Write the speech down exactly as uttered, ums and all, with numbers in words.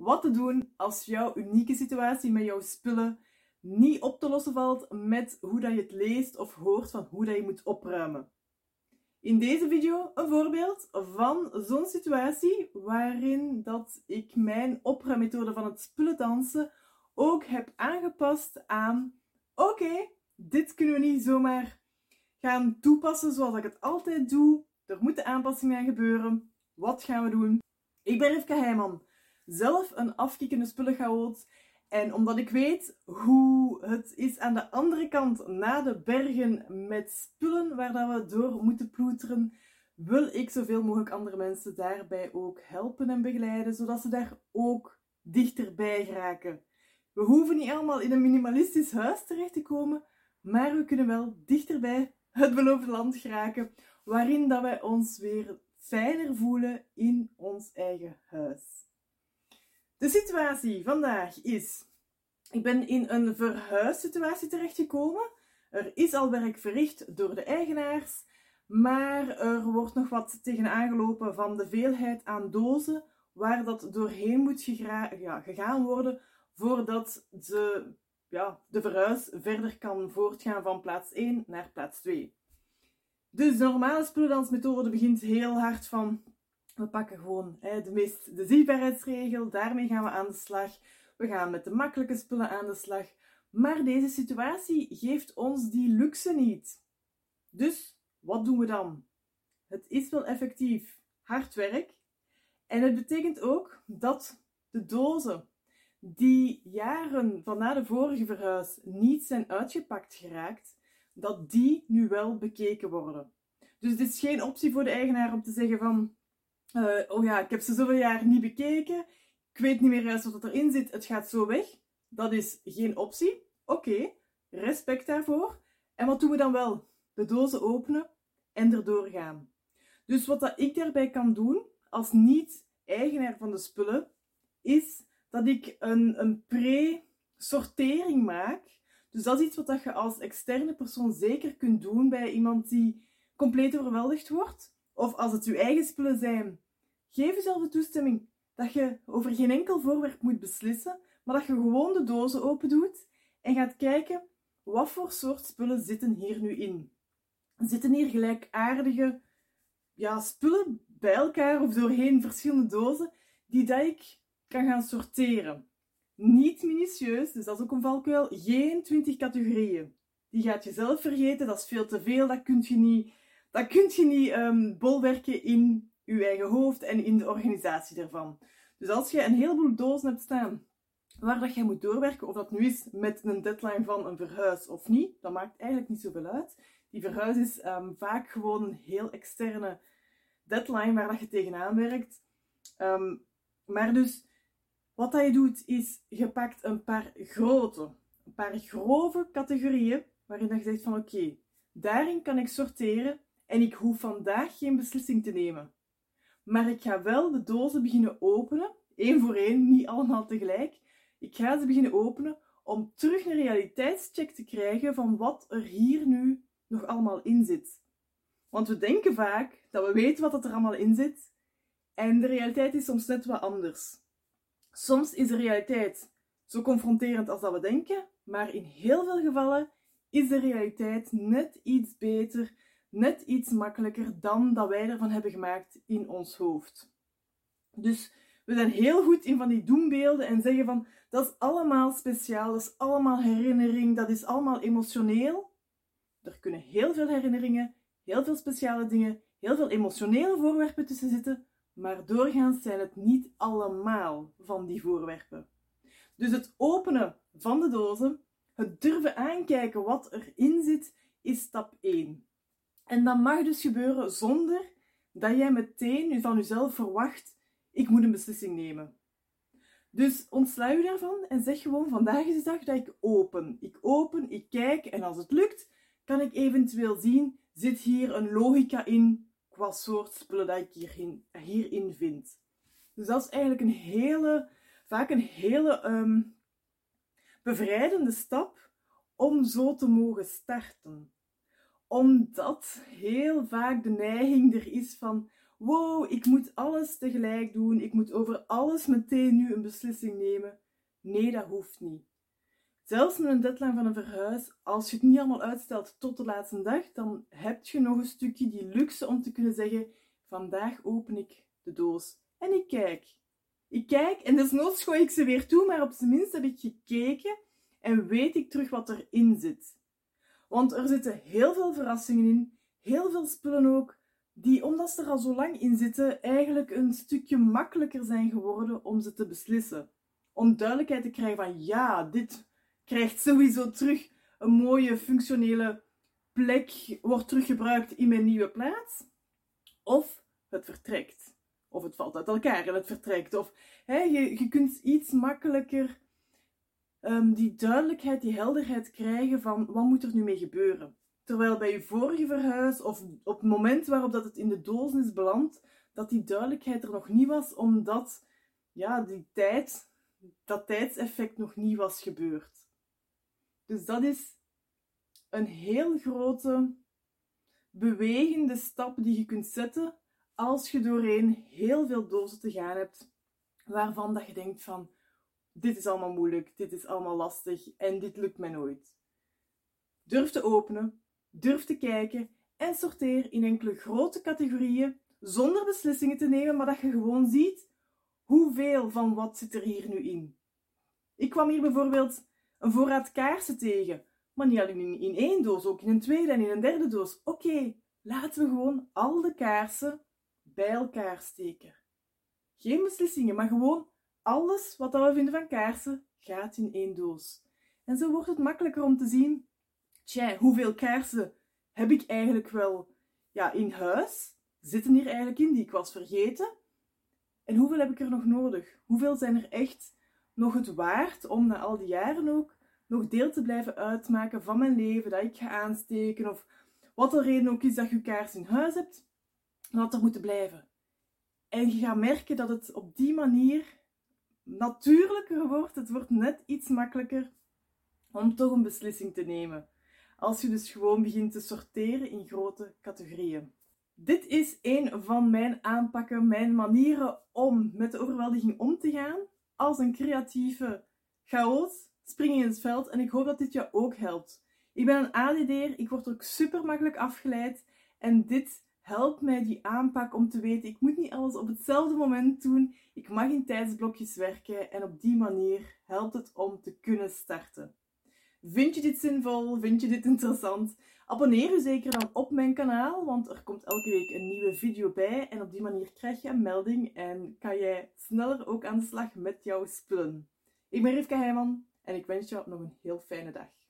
wat te doen als jouw unieke situatie met jouw spullen niet op te lossen valt met hoe dat je het leest of hoort van hoe dat je moet opruimen. In deze video een voorbeeld van zo'n situatie waarin dat ik mijn opruimmethode van het spullen dansen ook heb aangepast aan oké, okay, dit kunnen we niet zomaar gaan toepassen zoals ik het altijd doe. Er moeten aanpassingen aan gebeuren. Wat gaan we doen? Ik ben Rivka Heijman, zelf een afkikkende spullenchaot. En omdat ik weet hoe het is aan de andere kant, na de bergen met spullen waar dat we door moeten ploeteren, wil ik zoveel mogelijk andere mensen daarbij ook helpen en begeleiden, zodat ze daar ook dichterbij geraken. We hoeven niet allemaal in een minimalistisch huis terecht te komen, maar we kunnen wel dichterbij het beloofde land geraken, waarin dat wij ons weer fijner voelen in ons eigen huis. De situatie vandaag is, ik ben in een verhuissituatie terechtgekomen. Er is al werk verricht door de eigenaars, maar er wordt nog wat tegenaan gelopen van de veelheid aan dozen waar dat doorheen moet gegra- ja, gegaan worden voordat de, ja, de verhuis verder kan voortgaan van plaats één naar plaats twee. Dus de normale spullendansmethode begint heel hard van, we pakken gewoon hè, de, meest, de zichtbaarheidsregel, daarmee gaan we aan de slag. We gaan met de makkelijke spullen aan de slag. Maar deze situatie geeft ons die luxe niet. Dus wat doen we dan? Het is wel effectief hard werk. En het betekent ook dat de dozen die jaren van na de vorige verhuis niet zijn uitgepakt geraakt, dat die nu wel bekeken worden. Dus het is geen optie voor de eigenaar om te zeggen van uh, oh ja, ik heb ze zoveel jaar niet bekeken, ik weet niet meer juist wat erin zit, het gaat zo weg. Dat is geen optie. Oké, okay, respect daarvoor. En wat doen we dan wel? De dozen openen en erdoor gaan. Dus wat dat ik daarbij kan doen, als niet-eigenaar van de spullen, is dat ik een, een pre-sortering maak. Dus dat is iets wat je als externe persoon zeker kunt doen bij iemand die compleet overweldigd wordt. Of als het je eigen spullen zijn. Geef jezelf de toestemming dat je over geen enkel voorwerp moet beslissen, maar dat je gewoon de dozen open doet en gaat kijken wat voor soort spullen zitten hier nu in. Zitten hier gelijkaardige ja, spullen bij elkaar of doorheen verschillende dozen die dat ik kan gaan sorteren. Niet minutieus, dus dat is ook een valkuil. Geen twintig categorieën. Die gaat je zelf vergeten, dat is veel te veel. Dat kun je niet, dat kun je niet um, bolwerken in je eigen hoofd en in de organisatie ervan. Dus als je een heleboel dozen hebt staan waar dat je moet doorwerken, of dat nu is met een deadline van een verhuis of niet, dat maakt eigenlijk niet zoveel uit. Die verhuis is um, vaak gewoon een heel externe deadline waar dat je tegenaan werkt. Um, maar dus, wat dat je doet, is je pakt een paar grote, een paar grove categorieën, waarin dat je zegt van oké, okay, daarin kan ik sorteren en ik hoef vandaag geen beslissing te nemen. Maar ik ga wel de dozen beginnen openen, één voor één, niet allemaal tegelijk. Ik ga ze beginnen openen om terug een realiteitscheck te krijgen van wat er hier nu nog allemaal in zit. Want we denken vaak dat we weten wat er allemaal in zit en de realiteit is soms net wat anders. Soms is de realiteit zo confronterend als dat we denken, maar in heel veel gevallen is de realiteit net iets beter, net iets makkelijker dan dat wij ervan hebben gemaakt in ons hoofd. Dus we zijn heel goed in van die doembeelden en zeggen van dat is allemaal speciaal, dat is allemaal herinnering, dat is allemaal emotioneel. Er kunnen heel veel herinneringen, heel veel speciale dingen, heel veel emotionele voorwerpen tussen zitten, maar doorgaans zijn het niet allemaal van die voorwerpen. Dus het openen van de dozen, het durven aankijken wat erin zit, is stap één. En dat mag dus gebeuren zonder dat jij meteen van jezelf verwacht, ik moet een beslissing nemen. Dus ontsla je daarvan en zeg gewoon, vandaag is de dag dat ik open. Ik open, ik kijk en als het lukt, kan ik eventueel zien, zit hier een logica in qua soort spullen dat ik hierin, hierin vind. Dus dat is eigenlijk een hele, vaak een hele um, bevrijdende stap om zo te mogen starten. Omdat heel vaak de neiging er is van, wow, ik moet alles tegelijk doen, ik moet over alles meteen nu een beslissing nemen. Nee, dat hoeft niet. Zelfs met een deadline van een verhuis, als je het niet allemaal uitstelt tot de laatste dag, dan heb je nog een stukje die luxe om te kunnen zeggen, vandaag open ik de doos en ik kijk. Ik kijk en desnoods gooi ik ze weer toe, maar op zijn minst heb ik gekeken en weet ik terug wat erin zit. Want er zitten heel veel verrassingen in, heel veel spullen ook, die omdat ze er al zo lang in zitten, eigenlijk een stukje makkelijker zijn geworden om ze te beslissen. Om duidelijkheid te krijgen van ja, dit krijgt sowieso terug een mooie functionele plek, wordt teruggebruikt in mijn nieuwe plaats. Of het vertrekt. Of het valt uit elkaar en het vertrekt. Of hè, je, je kunt iets makkelijker um, die duidelijkheid, die helderheid krijgen van wat moet er nu mee gebeuren. Terwijl bij je vorige verhuis of op het moment waarop dat het in de doos is beland, dat die duidelijkheid er nog niet was, omdat ja, die tijd, dat tijdseffect nog niet was gebeurd. Dus dat is een heel grote bewegende stap die je kunt zetten als je doorheen heel veel dozen te gaan hebt, waarvan dat je denkt van, dit is allemaal moeilijk, dit is allemaal lastig en dit lukt mij nooit. Durf te openen, durf te kijken en sorteer in enkele grote categorieën zonder beslissingen te nemen, maar dat je gewoon ziet hoeveel van wat zit er hier nu in. Ik kwam hier bijvoorbeeld een voorraad kaarsen tegen, maar niet alleen in, in één doos, ook in een tweede en in een derde doos. Oké, okay, laten we gewoon al de kaarsen bij elkaar steken. Geen beslissingen, maar gewoon alles wat we vinden van kaarsen gaat in één doos. En zo wordt het makkelijker om te zien, tja, hoeveel kaarsen heb ik eigenlijk wel ja, in huis? Zitten hier eigenlijk in die ik was vergeten? En hoeveel heb ik er nog nodig? Hoeveel zijn er echt nog het waard om na al die jaren ook nog deel te blijven uitmaken van mijn leven, dat ik ga aansteken of wat de reden ook is dat je kaars in huis hebt, dat er moeten blijven. En je gaat merken dat het op die manier natuurlijker wordt. Het wordt net iets makkelijker om toch een beslissing te nemen. Als je dus gewoon begint te sorteren in grote categorieën. Dit is een van mijn aanpakken, mijn manieren om met de overweldiging om te gaan. Als een creatieve chaot, spring in het veld en ik hoop dat dit jou ook helpt. Ik ben een A D D'er, ik word ook super makkelijk afgeleid en dit helpt mij die aanpak om te weten, ik moet niet alles op hetzelfde moment doen, ik mag in tijdsblokjes werken en op die manier helpt het om te kunnen starten. Vind je dit zinvol? Vind je dit interessant? Abonneer je zeker dan op mijn kanaal, want er komt elke week een nieuwe video bij en op die manier krijg je een melding en kan jij sneller ook aan de slag met jouw spullen. Ik ben Rivka Heijman en ik wens jou nog een heel fijne dag.